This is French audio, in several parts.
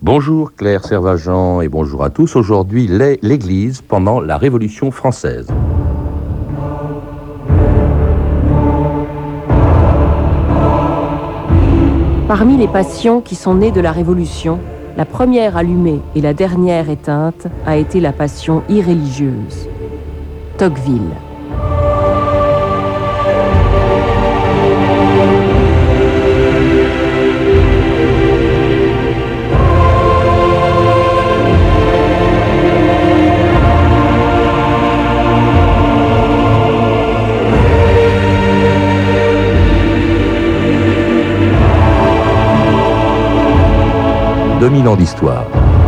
Bonjour Claire Servagent et bonjour à tous. Aujourd'hui, l'Église pendant la Révolution française. Parmi les passions qui sont nées de la Révolution, la première allumée et la dernière éteinte a été la passion irréligieuse. Tocqueville. « 2000 ans d'histoire ».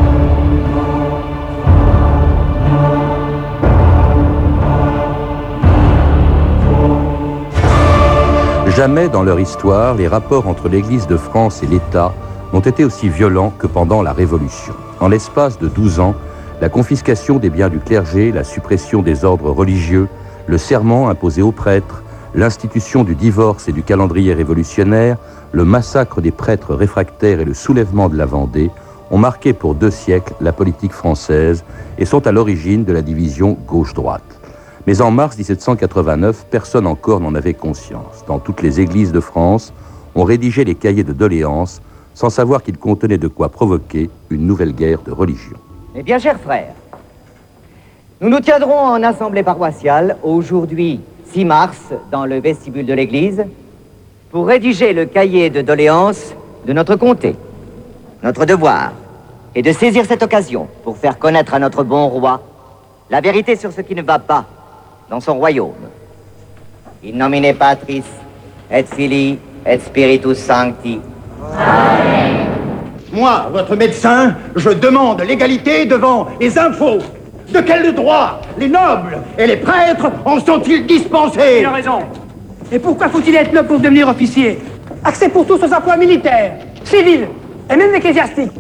Jamais dans leur histoire, les rapports entre l'Église de France et l'État n'ont été aussi violents que pendant la Révolution. En l'espace de 12 ans, la confiscation des biens du clergé, la suppression des ordres religieux, le serment imposé aux prêtres, l'institution du divorce et du calendrier révolutionnaire, le massacre des prêtres réfractaires et le soulèvement de la Vendée ont marqué pour 2 siècles la politique française et sont à l'origine de la division gauche-droite. Mais en mars 1789, personne encore n'en avait conscience. Dans toutes les églises de France, on rédigeait les cahiers de doléances sans savoir qu'ils contenaient de quoi provoquer une nouvelle guerre de religion. Eh bien, chers frères, nous nous tiendrons en assemblée paroissiale aujourd'hui 6 mars dans le vestibule de l'église pour rédiger le cahier de doléances de notre comté. Notre devoir est de saisir cette occasion pour faire connaître à notre bon roi la vérité sur ce qui ne va pas dans son royaume. In nomine Patris, et Filii, et Spiritus Sancti. Amen. Moi, votre médecin, je demande l'égalité devant les impôts. De quel droit les nobles et les prêtres en sont-ils dispensés? Il a raison. Et pourquoi faut-il être noble pour devenir officier? Accès pour tous aux emplois militaires, civils et même ecclésiastiques.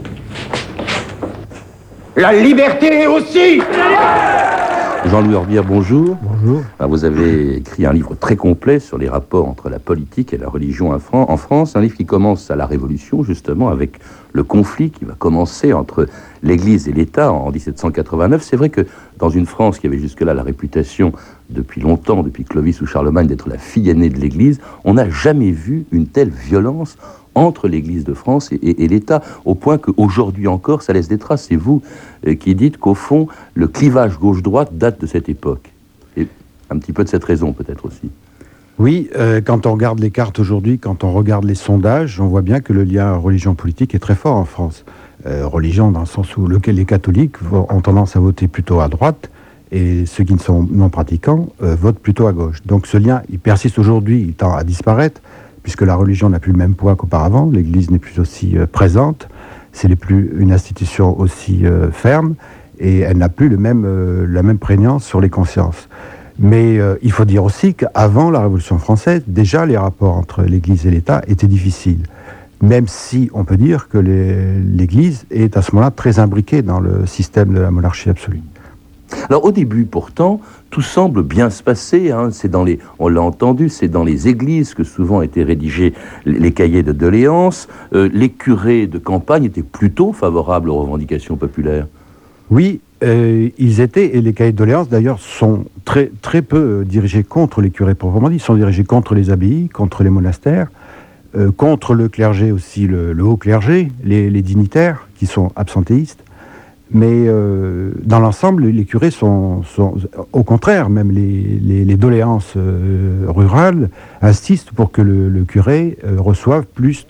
La liberté aussi. Jean-Louis Orbière, bonjour. Bonjour. Vous avez écrit un livre très complet sur les rapports entre la politique et la religion en France, un livre qui commence à la Révolution, justement, avec le conflit qui va commencer entre l'Église et l'État en 1789. C'est vrai que dans une France qui avait jusque-là la réputation, depuis longtemps, depuis Clovis ou Charlemagne, d'être la fille aînée de l'Église, on n'a jamais vu une telle violence entre l'Église de France et l'État, au point qu'aujourd'hui encore, ça laisse des traces. C'est vous qui dites qu'au fond, le clivage gauche-droite date de cette époque. Et un petit peu de cette raison, peut-être aussi. Oui, quand on regarde les cartes aujourd'hui, quand on regarde les sondages, on voit bien que le lien religion-politique est très fort en France. Religion dans le sens où les catholiques ont tendance à voter plutôt à droite, et ceux qui ne sont non pratiquants votent plutôt à gauche. Donc ce lien, il persiste aujourd'hui, il tend à disparaître, puisque la religion n'a plus le même poids qu'auparavant, l'Église n'est plus aussi présente, c'est plus une institution aussi ferme, et elle n'a plus la même prégnance sur les consciences. Mais il faut dire aussi qu'avant la Révolution française, déjà les rapports entre l'Église et l'État étaient difficiles, même si on peut dire que l'Église est à ce moment-là très imbriquée dans le système de la monarchie absolue. Alors au début, pourtant, tout semble bien se passer. On l'a entendu, c'est dans les églises que souvent étaient rédigés les cahiers de doléances. Les curés de campagne étaient plutôt favorables aux revendications populaires. Oui, ils étaient, et les cahiers de doléances d'ailleurs sont très, très peu dirigés contre les curés proprement dit. Ils sont dirigés contre les abbayes, contre les monastères, contre le clergé aussi, le haut clergé, les dignitaires qui sont absentéistes. Mais dans l'ensemble, les curés sont au contraire, même les doléances rurales insistent pour que le curé reçoive plus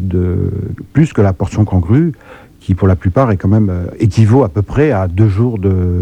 que la portion congrue, qui pour la plupart est quand même équivaut à peu près à 2 jours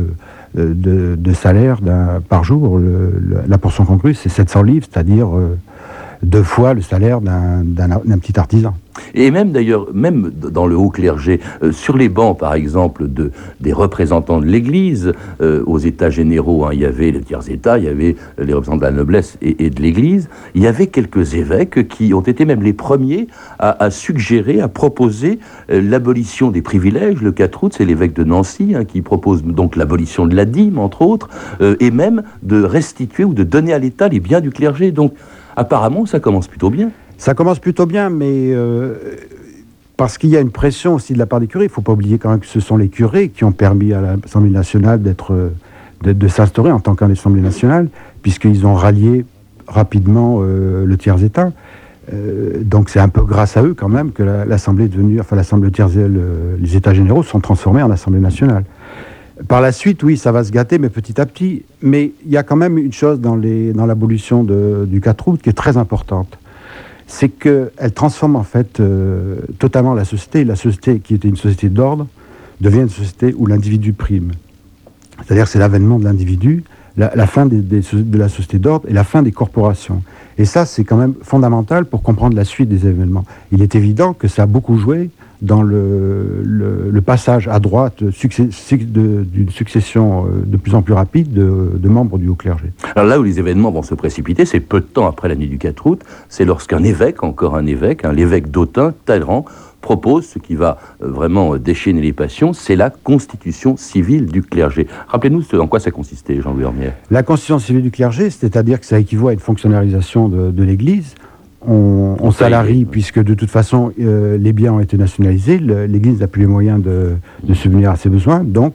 de salaire par jour. La portion congrue, c'est 700 livres, c'est-à-dire 2 fois le salaire d'un petit artisan. Et même d'ailleurs, même dans le haut clergé, sur les bancs par exemple des représentants de l'Église, aux États généraux, il y avait les tiers États, il y avait les représentants de la noblesse et de l'Église, il y avait quelques évêques qui ont été même les premiers à suggérer, à proposer l'abolition des privilèges. Le 4 août, c'est l'évêque de Nancy qui propose donc l'abolition de la dîme, entre autres, et même de restituer ou de donner à l'État les biens du clergé. Donc apparemment, ça commence plutôt bien. Ça commence plutôt bien, mais parce qu'il y a une pression aussi de la part des curés. Il ne faut pas oublier quand même que ce sont les curés qui ont permis à l'Assemblée nationale de s'instaurer en tant qu'Assemblée nationale, puisqu'ils ont rallié rapidement le tiers-État. Donc c'est un peu grâce à eux quand même que l'Assemblée est devenue, enfin l'Assemblée les États généraux sont transformés en Assemblée nationale. Par la suite, oui, ça va se gâter, mais petit à petit. Mais il y a quand même une chose dans l'abolition du 4 août qui est très importante. C'est qu'elle transforme en fait totalement la société. La société qui était une société d'ordre devient une société où l'individu prime. C'est-à-dire que c'est l'avènement de l'individu, la fin de la société d'ordre et la fin des corporations. Et ça, c'est quand même fondamental pour comprendre la suite des événements. Il est évident que ça a beaucoup joué dans le passage à droite d'une succession de plus en plus rapide de membres du haut clergé. Alors là où les événements vont se précipiter, c'est peu de temps après la nuit du 4 août, c'est lorsqu'un évêque, encore un évêque, l'évêque d'Autun, Talleyrand, propose ce qui va vraiment déchaîner les passions, c'est la constitution civile du clergé. Rappelez-nous en quoi ça consistait, Jean-Louis Ormière. La constitution civile du clergé, c'est-à-dire que ça équivaut à une fonctionnalisation de l'Église. On salarie, puisque de toute façon, les biens ont été nationalisés, l'Église n'a plus les moyens de subvenir à ses besoins, donc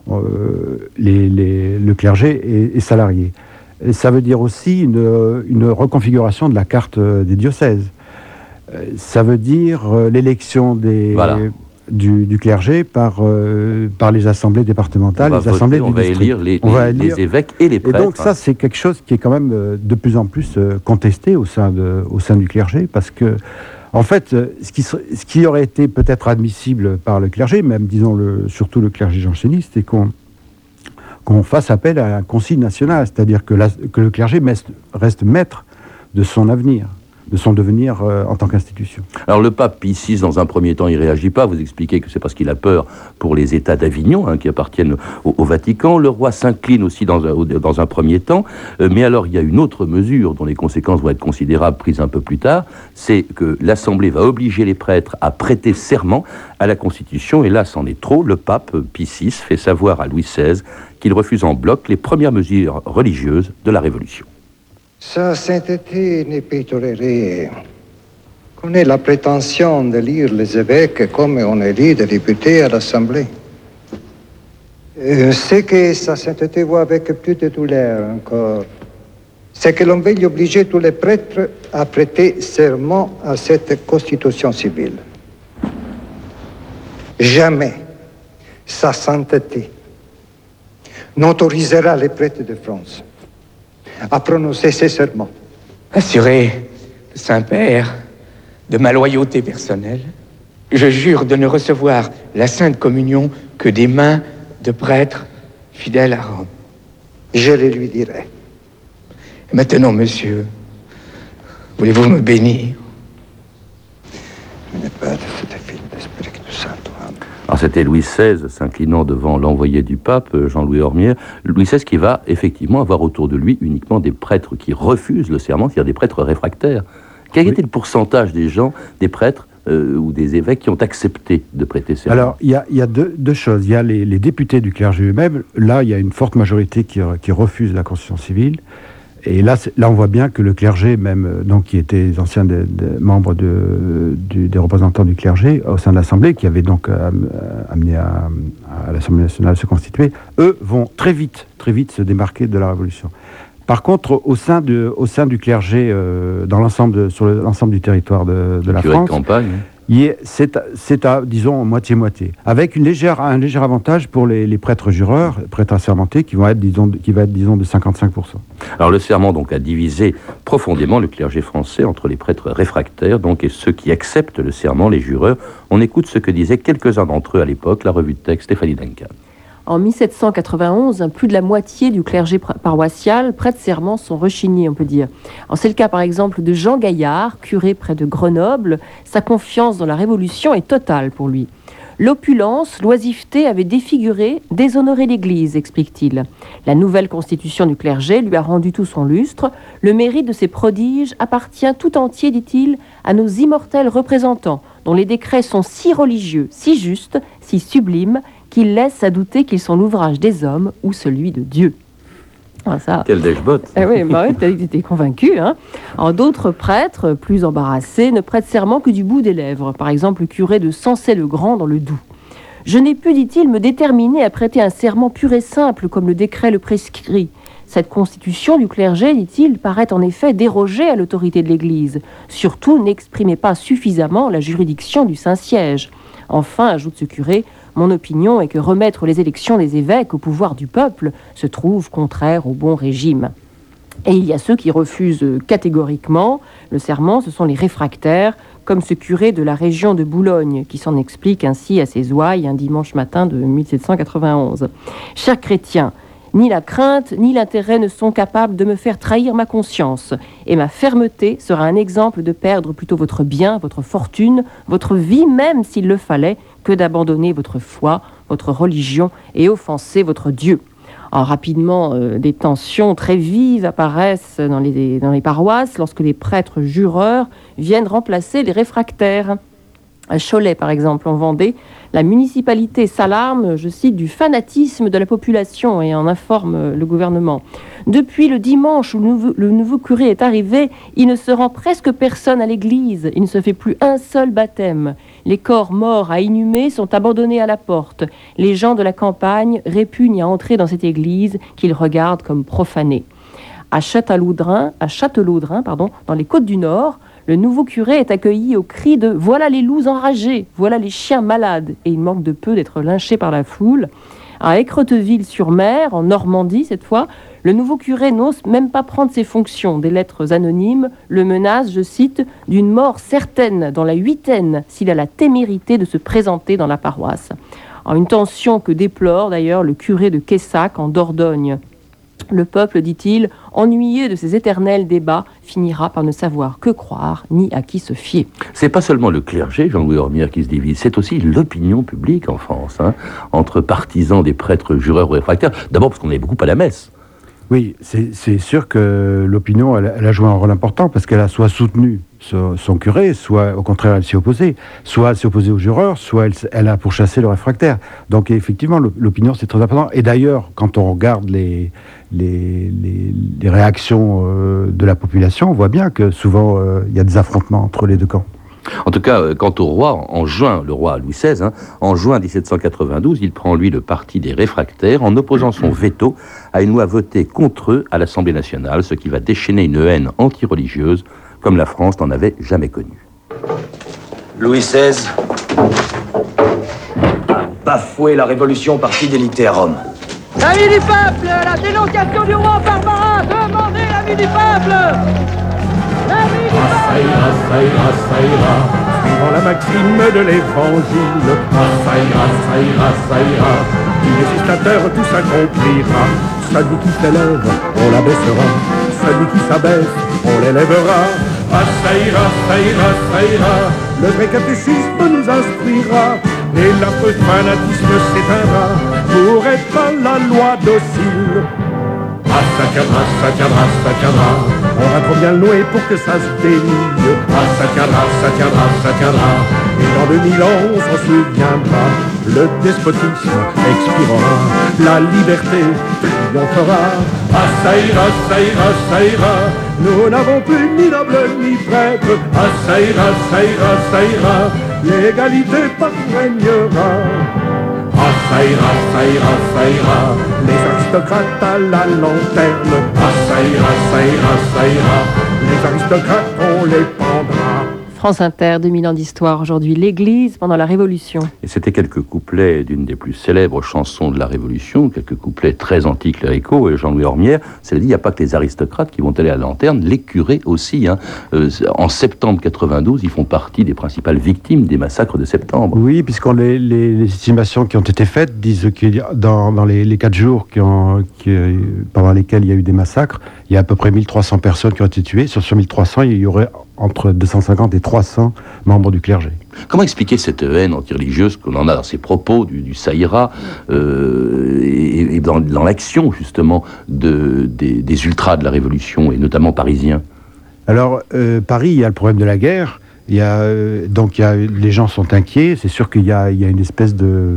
le clergé est salarié. Et ça veut dire aussi une reconfiguration de la carte des diocèses. Ça veut dire l'élection du clergé par les assemblées départementales, les assemblées du district. On va élire les évêques et les prêtres. Et donc ça, c'est quelque chose qui est quand même de plus en plus contesté au sein du clergé, parce que, en fait, ce qui aurait été peut-être admissible par le clergé, même, disons, surtout le clergé janséniste, c'est qu'on fasse appel à un concile national, c'est-à-dire que le clergé reste maître de son avenir, de son devenir en tant qu'institution. Alors le pape Pie VI, dans un premier temps, il ne réagit pas. Vous expliquez que c'est parce qu'il a peur pour les États d'Avignon, qui appartiennent au Vatican. Le roi s'incline aussi dans un premier temps. Mais alors, il y a une autre mesure dont les conséquences vont être considérables, prises un peu plus tard. C'est que l'Assemblée va obliger les prêtres à prêter serment à la Constitution. Et là, c'en est trop. Le pape Pie VI fait savoir à Louis XVI qu'il refuse en bloc les premières mesures religieuses de la Révolution. Sa sainteté ne peut tolérer qu'on ait la prétention de lire les évêques comme on élit des députés à l'Assemblée. Ce que sa sainteté voit avec plus de douleur encore, c'est que l'on veuille obliger tous les prêtres à prêter serment à cette constitution civile. Jamais sa sainteté n'autorisera les prêtres de France à prononcer ces serments. Assuré, Saint-Père, de ma loyauté personnelle, je jure de ne recevoir la Sainte Communion que des mains de prêtres fidèles à Rome. Je le lui dirai. Maintenant, monsieur, voulez-vous me bénir? Alors c'était Louis XVI s'inclinant devant l'envoyé du pape, Jean-Louis Ormière. Louis XVI qui va effectivement avoir autour de lui uniquement des prêtres qui refusent le serment, c'est-à-dire des prêtres réfractaires. Quel était le pourcentage des gens, des prêtres ou des évêques qui ont accepté de prêter serment? Alors il y a deux choses. Il y a les députés du clergé eux-mêmes. Là, il y a une forte majorité qui refuse la constitution civile. Et là, on voit bien que le clergé, même, donc, qui étaient les anciens membres des représentants du clergé au sein de l'Assemblée, qui avaient donc amené à l'Assemblée nationale se constituer, eux vont très vite se démarquer de la Révolution. Par contre, au sein du clergé, sur l'ensemble du territoire de la France, c'est à, disons, moitié-moitié, avec un léger avantage pour les prêtres jureurs, prêtres assermentés, qui va être, disons, de 55%. Alors le serment donc a divisé profondément le clergé français entre les prêtres réfractaires donc, et ceux qui acceptent le serment, les jureurs. On écoute ce que disaient quelques-uns d'entre eux à l'époque, la revue de texte Stéphanie Duncan. En 1791, plus de la moitié du clergé paroissial prête serment sont rechignés, on peut dire. C'est le cas par exemple de Jean Gaillard, curé près de Grenoble. Sa confiance dans la Révolution est totale pour lui. L'opulence, l'oisiveté avaient défiguré, déshonoré l'Église, explique-t-il. La nouvelle constitution du clergé lui a rendu tout son lustre. Le mérite de ces prodiges appartient tout entier, dit-il, à nos immortels représentants, dont les décrets sont si religieux, si justes, si sublimes, qu'ils laissent à douter qu'ils sont l'ouvrage des hommes ou celui de Dieu. Ah, ça. Quel dashbot. Eh oui, bah oui, tu étais convaincu. Hein. Alors, d'autres prêtres, plus embarrassés, ne prêtent serment que du bout des lèvres. Par exemple, le curé de Sensey-le-Grand dans le Doubs. Je n'ai pu, dit-il, me déterminer à prêter un serment pur et simple, comme le décret le prescrit. Cette constitution du clergé, dit-il, paraît en effet déroger à l'autorité de l'Église. Surtout, n'exprimait pas suffisamment la juridiction du Saint-Siège. Enfin, ajoute ce curé, mon opinion est que remettre les élections des évêques au pouvoir du peuple se trouve contraire au bon régime. Et il y a ceux qui refusent catégoriquement le serment, ce sont les réfractaires, comme ce curé de la région de Boulogne, qui s'en explique ainsi à ses ouailles un dimanche matin de 1791. « Chers chrétiens, ni la crainte ni l'intérêt ne sont capables de me faire trahir ma conscience, et ma fermeté sera un exemple de perdre plutôt votre bien, votre fortune, votre vie même s'il le fallait, que d'abandonner votre foi, votre religion et offenser votre Dieu. » Alors, rapidement, des tensions très vives apparaissent dans les paroisses lorsque les prêtres jureurs viennent remplacer les réfractaires. À Cholet, par exemple, en Vendée, la municipalité s'alarme, je cite, du fanatisme de la population et en informe le gouvernement. Depuis le dimanche où le nouveau curé est arrivé, il ne se rend presque personne à l'église. Il ne se fait plus un seul baptême. Les corps morts à inhumer sont abandonnés à la porte. Les gens de la campagne répugnent à entrer dans cette église qu'ils regardent comme profanée. À Châteloudrin, dans les Côtes-du-Nord, le nouveau curé est accueilli au cri de « Voilà les loups enragés, voilà les chiens malades » et il manque de peu d'être lynché par la foule. À Écroteville-sur-Mer, en Normandie cette fois, le nouveau curé n'ose même pas prendre ses fonctions. Des lettres anonymes le menacent, je cite, « d'une mort certaine dans la huitaine s'il a la témérité de se présenter dans la paroisse ». Une tension que déplore d'ailleurs le curé de Quessac en Dordogne. Le peuple, dit-il, ennuyé de ces éternels débats, finira par ne savoir que croire ni à qui se fier. C'est pas seulement le clergé, Jean-Louis Ormière, qui se divise, c'est aussi l'opinion publique en France, entre partisans des prêtres jureurs ou réfractaires. D'abord parce qu'on est beaucoup à la messe. Oui, c'est sûr que l'opinion, elle a joué un rôle important parce qu'elle a soit soutenu son curé, soit au contraire elle s'y opposait. Soit elle s'est opposée aux jureurs, soit elle a pourchassé le réfractaire. Donc effectivement, l'opinion c'est très important. Et d'ailleurs, quand on regarde les réactions de la population, on voit bien que souvent il y a des affrontements entre les deux camps. En tout cas, quant au roi, le roi Louis XVI, en juin 1792, il prend lui le parti des réfractaires en opposant son veto à une loi votée contre eux à l'Assemblée nationale, ce qui va déchaîner une haine anti-religieuse comme la France n'en avait jamais connue. Louis XVI a bafoué la révolution par fidélité à Rome. L'avis du peuple, la dénonciation du roi Barbara, demandez l'avis du peuple. L'avis du peuple. Ça ira, suivant la maxime de l'évangile. Ça ira, du législateur tout s'accomplira. Celui qui s'élève, on l'abaissera. Celui qui s'abaisse, on l'élèvera. Ça ira, le vrai catéchisme nous instruira. Et l'affreux fanatisme s'éteindra pour être la loi docile. Ça tiendra. On va trop bien le nouer pour que ça se délie. Ça tiendra. Et dans 2000 ans, on s'en souviendra. Le despotisme expirera. La liberté triomphera. Ça ira. Nous n'avons plus ni noble ni prêtre. Ça ira. L'égalité régnera. Ça ira. Les aristocrates à la lanterne. Ça ira. Les aristocrates, on les pendra. France Inter, 2000 ans d'histoire aujourd'hui, l'Église pendant la Révolution. Et c'était quelques couplets d'une des plus célèbres chansons de la Révolution, quelques couplets très anticléricaux, et Jean-Louis Ormière, cela dit, il n'y a pas que les aristocrates qui vont aller à la lanterne, les curés aussi. En septembre 92, ils font partie des principales victimes des massacres de septembre. Oui, puisque les estimations qui ont été faites disent que dans les 4 jours pendant lesquels il y a eu des massacres, il y a à peu près 1300 personnes qui ont été tuées. Sur 1300, il y aurait entre 250 et 300 membres du clergé. Comment expliquer cette haine anti-religieuse qu'on en a dans ses propos du Ça ira et dans l'action justement des ultras de la Révolution et notamment parisiens? Alors, Paris, il y a le problème de la guerre. Les gens sont inquiets. C'est sûr qu'il y a une espèce de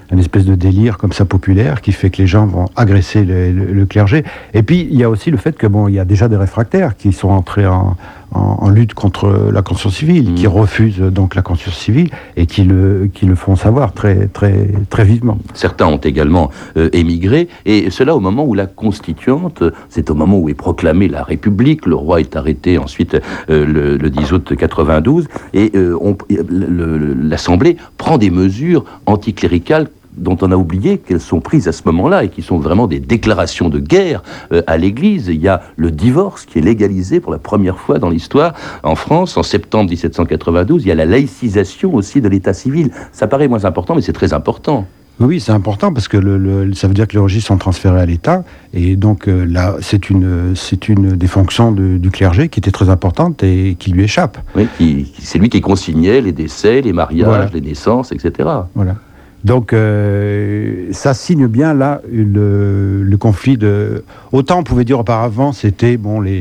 une espèce de délire comme ça populaire qui fait que les gens vont agresser le clergé. Et puis il y a aussi le fait que il y a déjà des réfractaires qui sont entrés en lutte contre la conscience civile, qui refusent donc la conscience civile et qui le font savoir très très très vivement. Certains ont également émigré, et cela au moment où la Constituante, c'est au moment où est proclamée la République, le roi est arrêté ensuite le 10 août 92, et l'Assemblée prend des mesures anticléricales dont on a oublié qu'elles sont prises à ce moment-là et qui sont vraiment des déclarations de guerre à l'Église. Il y a le divorce qui est légalisé pour la première fois dans l'histoire en France en septembre 1792. Il y a la laïcisation aussi de l'état civil. Ça paraît moins important, mais c'est très important. Oui, c'est important parce que ça veut dire que les registres sont transférés à l'État et donc là, c'est une des fonctions du clergé qui était très importante et qui lui échappe. Oui, c'est lui qui consignait les décès, les mariages, les naissances, etc. Voilà. Donc ça signe bien là le conflit de... Autant on pouvait dire auparavant c'était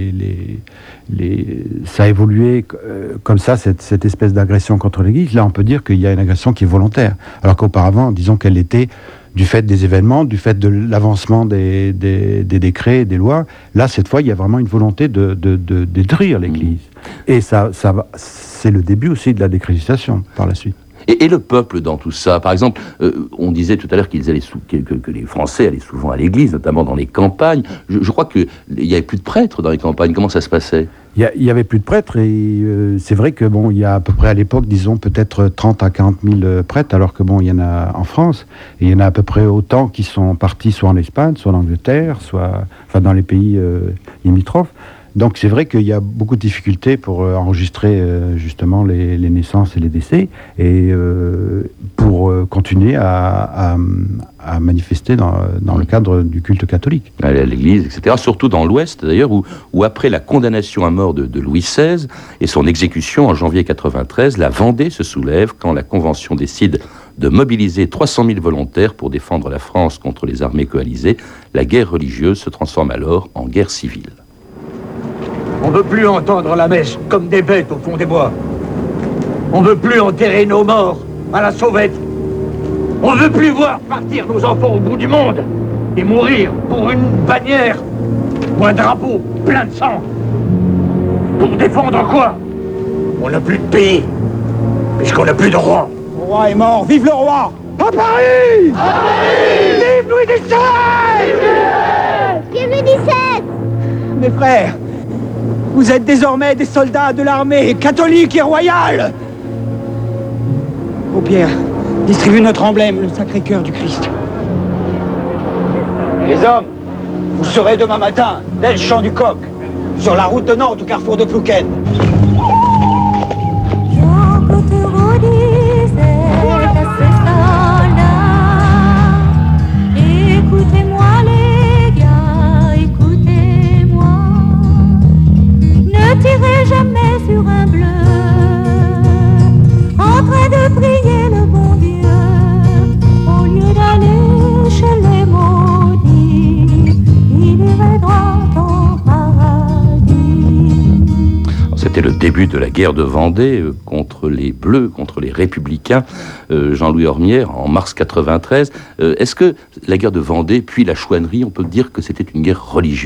ça a évolué comme ça, cette espèce d'agression contre l'Église. Là on peut dire qu'il y a une agression qui est volontaire. Alors qu'auparavant, disons qu'elle était du fait des événements, du fait de l'avancement des décrets, des lois. Là cette fois il y a vraiment une volonté de détruire l'Église. Et ça c'est le début aussi de la déchristianisation par la suite. Et le peuple dans tout ça, par exemple, on disait tout à l'heure que les Français allaient souvent à l'église, notamment dans les campagnes. Je crois qu'il n'y avait plus de prêtres dans les campagnes. Comment ça se passait ? Il y avait plus de prêtres et c'est vrai que il y a à peu près à l'époque, disons peut-être 30 à 40 000 prêtres, alors que il y en a en France et il y en a à peu près autant qui sont partis soit en Espagne, soit en Angleterre, soit dans les pays limitrophes. Donc c'est vrai qu'il y a beaucoup de difficultés pour enregistrer justement les naissances et les décès et pour continuer à manifester dans le cadre du culte catholique. À l'église, etc. Surtout dans l'Ouest d'ailleurs, où après la condamnation à mort de Louis XVI et son exécution en janvier 93, la Vendée se soulève quand la Convention décide de mobiliser 300 000 volontaires pour défendre la France contre les armées coalisées. La guerre religieuse se transforme alors en guerre civile. On ne veut plus entendre la messe comme des bêtes au fond des bois. On ne veut plus enterrer nos morts à la sauvette. On ne veut plus voir partir nos enfants au bout du monde et mourir pour une bannière ou un drapeau plein de sang. Pour défendre quoi? On n'a plus de pays, puisqu'on n'a plus de roi. Le roi est mort, vive le roi! À Paris! À Paris! Vive Louis XVII! Vive Louis XVII! Mes frères, vous êtes désormais des soldats de l'armée catholique et royale. Oh Pierre, distribue notre emblème, le Sacré-Cœur du Christ. Les hommes, vous serez demain matin, dès le champ du Coq, sur la route de Nantes au carrefour de Plouquet. Tirez jamais sur un bleu, en train de prier le bon Dieu, au lieu d'aller chez les maudits, il irait droit au paradis. C'était le début de la guerre de Vendée contre les Bleus, contre les Républicains, Jean-Louis Ormière, en mars 93. Est-ce que la guerre de Vendée, puis la chouannerie, on peut dire que c'était une guerre religieuse ?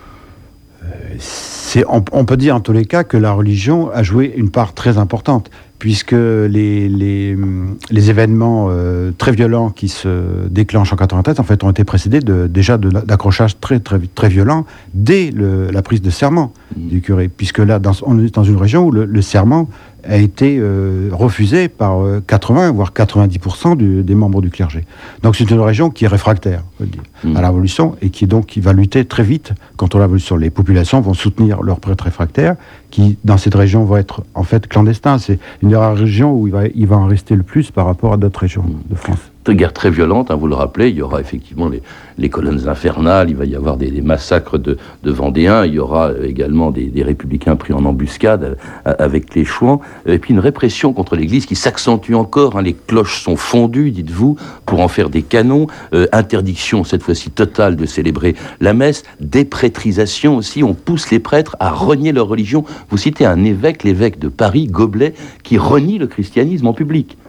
On peut dire en tous les cas que la religion a joué une part très importante, puisque les événements très violents qui se déclenchent en 93 en fait ont été précédés déjà d'accrochages très très très violents dès la prise de serment du curé, puisque là on est dans une région où le serment a été refusé par 80 voire 90% des membres du clergé. Donc c'est une région qui est réfractaire, on peut dire, à la Révolution, et qui va lutter très vite contre la Révolution. Les populations vont soutenir leurs prêtres réfractaires, qui dans cette région vont être en fait clandestins. C'est une des rares régions où il va en rester le plus par rapport à d'autres régions de France. Une guerre très violente, vous le rappelez, il y aura effectivement les colonnes infernales, il va y avoir des massacres de Vendéens, il y aura également des républicains pris en embuscade avec les Chouans, et puis une répression contre l'Église qui s'accentue encore, les cloches sont fondues, dites-vous, pour en faire des canons, interdiction cette fois-ci totale de célébrer la messe, déprétrisation aussi, on pousse les prêtres à renier leur religion. Vous citez un évêque, l'évêque de Paris, Goblet, qui renie le christianisme en public.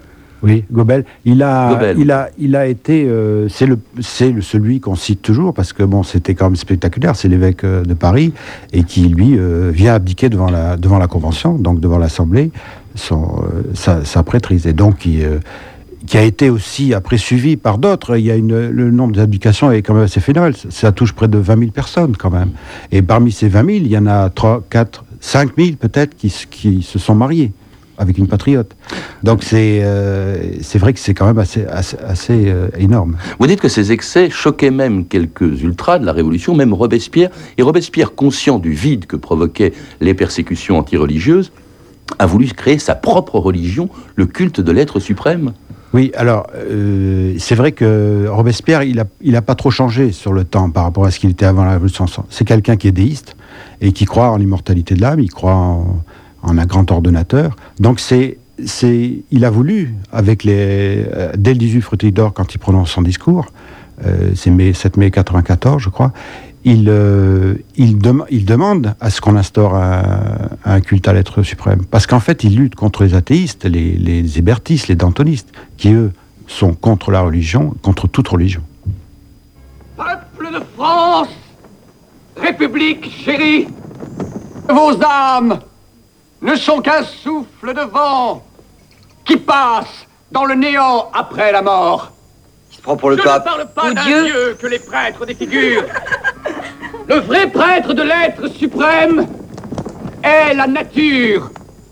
Oui, Gobel. Il a été, celui qu'on cite toujours parce que bon, c'était quand même spectaculaire. C'est l'évêque de Paris et qui lui vient abdiquer devant la Convention, donc devant l'Assemblée, sa prêtrise. Et donc qui a été aussi après suivi par d'autres. Il y a le nombre d'abdications est quand même assez phénoménal. Ça touche près de 20 000 personnes quand même. Et parmi ces 20 000, il y en a 3, 4, 5 000 peut-être qui se sont mariés avec une patriote. Donc c'est vrai que c'est quand même assez énorme. Vous dites que ces excès choquaient même quelques ultras de la Révolution, même Robespierre. Et Robespierre, conscient du vide que provoquaient les persécutions antireligieuses, a voulu créer sa propre religion, le culte de l'être suprême. Oui, alors, c'est vrai que Robespierre, il a pas trop changé sur le temps par rapport à ce qu'il était avant la Révolution. C'est quelqu'un qui est déiste et qui croit en l'immortalité de l'âme, il croit en un grand ordonnateur. Donc il a voulu, dès le 18 Frutilles d'Or, quand il prononce son discours, c'est 7 mai 94, je crois, il demande à ce qu'on instaure un culte à l'être suprême. Parce qu'en fait, il lutte contre les athéistes, les hébertistes, les dantonistes, qui, eux, sont contre la religion, contre toute religion. Peuple de France, République chérie, vos âmes ne sont qu'un souffle de vent qui passe dans le néant après la mort. Il se prend pour le Je pape. ne parle pas d'un Dieu que les prêtres défigurent. Le vrai prêtre de l'être suprême est la nature.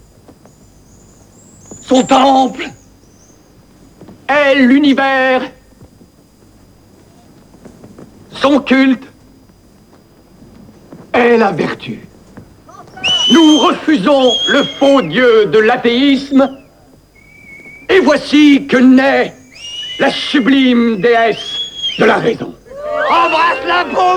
Son temple est l'univers. Son culte est la vertu. Nous refusons le faux Dieu de l'athéisme. Et voici que naît la sublime déesse de la raison. Embrasse-la pour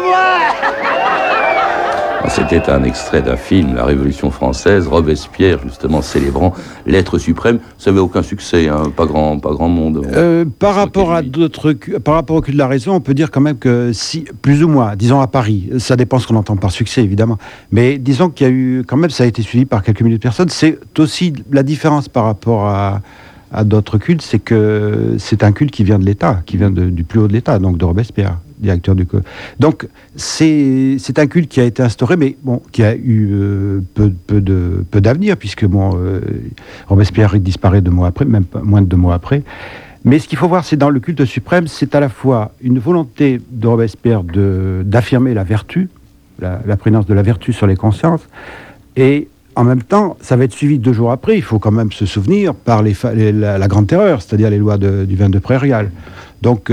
moi! C'était un extrait d'un film, La Révolution française, Robespierre, justement, célébrant l'être suprême. Ça n'avait aucun succès, hein, pas grand monde. Par rapport au culte de la raison, on peut dire quand même que si, plus ou moins, disons à Paris, ça dépend ce qu'on entend par succès, évidemment, mais disons qu'il y a eu, quand même, ça a été suivi par quelques milliers de personnes. C'est aussi la différence par rapport à d'autres cultes, c'est que c'est un culte qui vient de l'État, qui vient du plus haut de l'État, donc de Robespierre, directeur du culte. Donc c'est un culte qui a été instauré, mais bon, qui a eu peu d'avenir, puisque Robespierre disparaît 2 mois après, même moins de 2 mois après. Mais ce qu'il faut voir, c'est dans le culte suprême, c'est à la fois une volonté de Robespierre d'affirmer la vertu, la prégnance de la vertu sur les consciences, et en même temps, ça va être suivi 2 jours après, il faut quand même se souvenir, par la Grande Terreur, c'est-à-dire les lois du 22 prairial. Donc,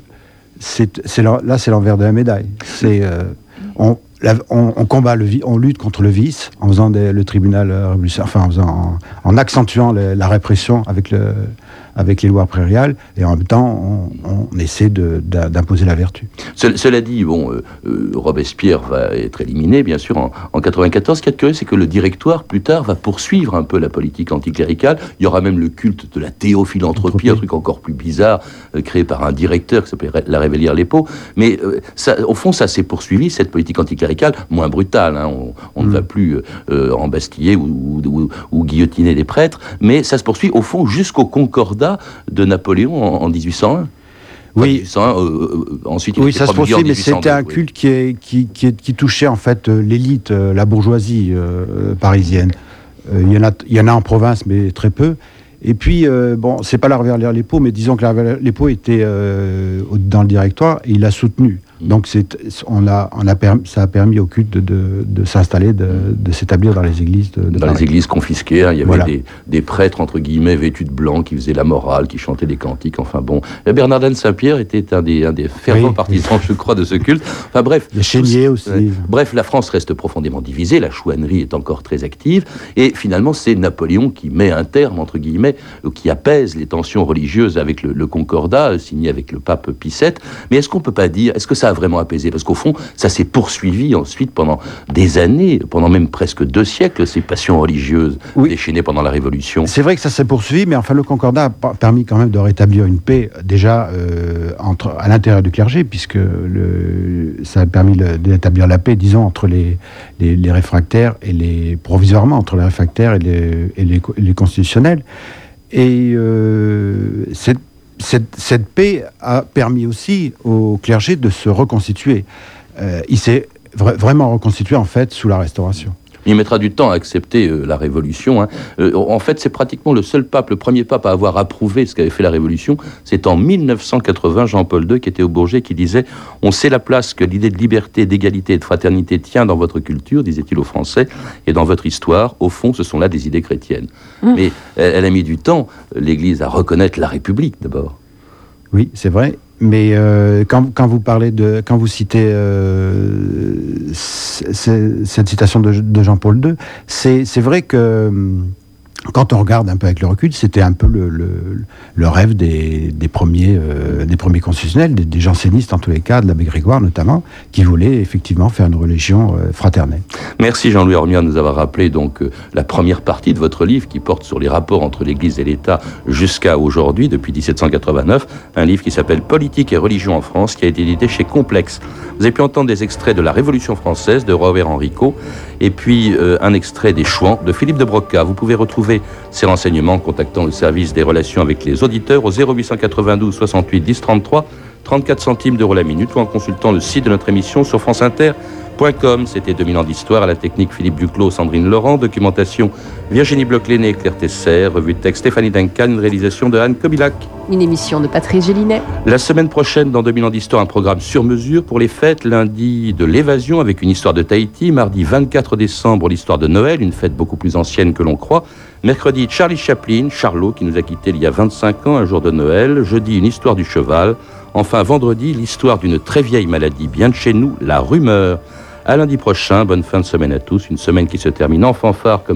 c'est l'envers de la médaille. On combat on lutte contre le vice en faisant le tribunal révolutionnaire, en accentuant la répression avec les lois prairiales, et en même temps on essaie d'imposer la vertu. Cela dit, Robespierre va être éliminé, bien sûr, en 94. Ce qui est curieux, c'est que le directoire, plus tard, va poursuivre un peu la politique anticléricale. Il y aura même le culte de la théophilanthropie, un truc encore plus bizarre, créé par un directeur qui s'appelait la Révélière-Lépo. Mais au fond, ça s'est poursuivi, cette politique anticléricale, moins brutale. Hein. On ne va plus embastiller ou guillotiner les prêtres, mais ça se poursuit, au fond, jusqu'au Concordat de Napoléon en 1801. Oui, 1801, ensuite il oui, ça se poursuit, mais c'était un culte qui touchait en fait l'élite, la bourgeoisie parisienne. Il y en a en province, mais très peu. Et puis, c'est pas la Révélière-Lépo, mais disons que la Révélière-Lépo était dans le directoire et il l'a soutenu. Donc ça a permis au culte de s'installer, de s'établir dans les églises de dans Paris. Les églises confisquées, hein, il y avait des prêtres entre guillemets vêtus de blanc qui faisaient la morale, qui chantaient des cantiques. Enfin bon, Bernardin de Saint-Pierre était un des fervents partisans, je crois, de ce culte. Enfin bref, les Chéniers aussi. Bref, la France reste profondément divisée. La chouannerie est encore très active, et finalement c'est Napoléon qui met un terme entre guillemets, qui apaise les tensions religieuses avec le Concordat signé avec le pape Pie VII. Mais est-ce qu'on peut pas dire, est-ce que ça a vraiment apaisé? Parce qu'au fond, ça s'est poursuivi ensuite pendant des années, pendant même presque 2 siècles, ces passions religieuses déchaînées pendant la Révolution. C'est vrai que ça s'est poursuivi, mais enfin le Concordat a permis quand même de rétablir une paix déjà à l'intérieur du clergé, puisque ça a permis d'établir la paix, disons, entre les provisoirement entre les réfractaires et les constitutionnels. Et cette paix a permis aussi au clergé de se reconstituer. Il s'est vraiment reconstitué, en fait, sous la Restauration. Il mettra du temps à accepter la Révolution. En fait, c'est pratiquement le seul pape, le premier pape à avoir approuvé ce qu'avait fait la Révolution. C'est en 1980, Jean-Paul II, qui était au Bourget, qui disait « On sait la place que l'idée de liberté, d'égalité et de fraternité tient dans votre culture, disait-il aux Français, et dans votre histoire. Au fond, ce sont là des idées chrétiennes. » Mais elle a mis du temps, l'Église, à reconnaître la République, d'abord. Oui, c'est vrai. Mais quand vous citez cette citation de Jean-Paul II, c'est vrai que quand on regarde un peu avec le recul, c'était un peu le rêve des premiers constitutionnels, des jansénistes en tous les cas, de l'abbé Grégoire notamment, qui voulaient effectivement faire une religion fraternelle. Merci Jean-Louis Ormiat de nous avoir rappelé donc la première partie de votre livre qui porte sur les rapports entre l'Église et l'État jusqu'à aujourd'hui, depuis 1789, un livre qui s'appelle Politique et religion en France, qui a été édité chez Complexe. Vous avez pu entendre des extraits de La Révolution française de Robert Henrico, et puis un extrait des Chouans de Philippe de Broca. Vous pouvez retrouver ces renseignements en contactant le service des relations avec les auditeurs au 0892 68 10 33, 34 centimes d'euros la minute, ou en consultant le site de notre émission sur franceinter.com. C'était 2000 ans d'histoire, à la technique Philippe Duclos, Sandrine Laurent, documentation Virginie Bloch-Léné, Claire Tesser, revue de texte Stéphanie Duncan, une réalisation de Anne Kobilac. Une émission de Patrice Gélinet. La semaine prochaine, dans 2000 ans d'histoire, un programme sur mesure pour les fêtes. Lundi, de l'évasion avec une histoire de Tahiti. Mardi, 24 décembre, l'histoire de Noël, une fête beaucoup plus ancienne que l'on croit. Mercredi, Charlie Chaplin, Charlot, qui nous a quittés il y a 25 ans, un jour de Noël. Jeudi, une histoire du cheval. Enfin, vendredi, l'histoire d'une très vieille maladie bien de chez nous, la rumeur. À lundi prochain, bonne fin de semaine à tous. Une semaine qui se termine en fanfare comme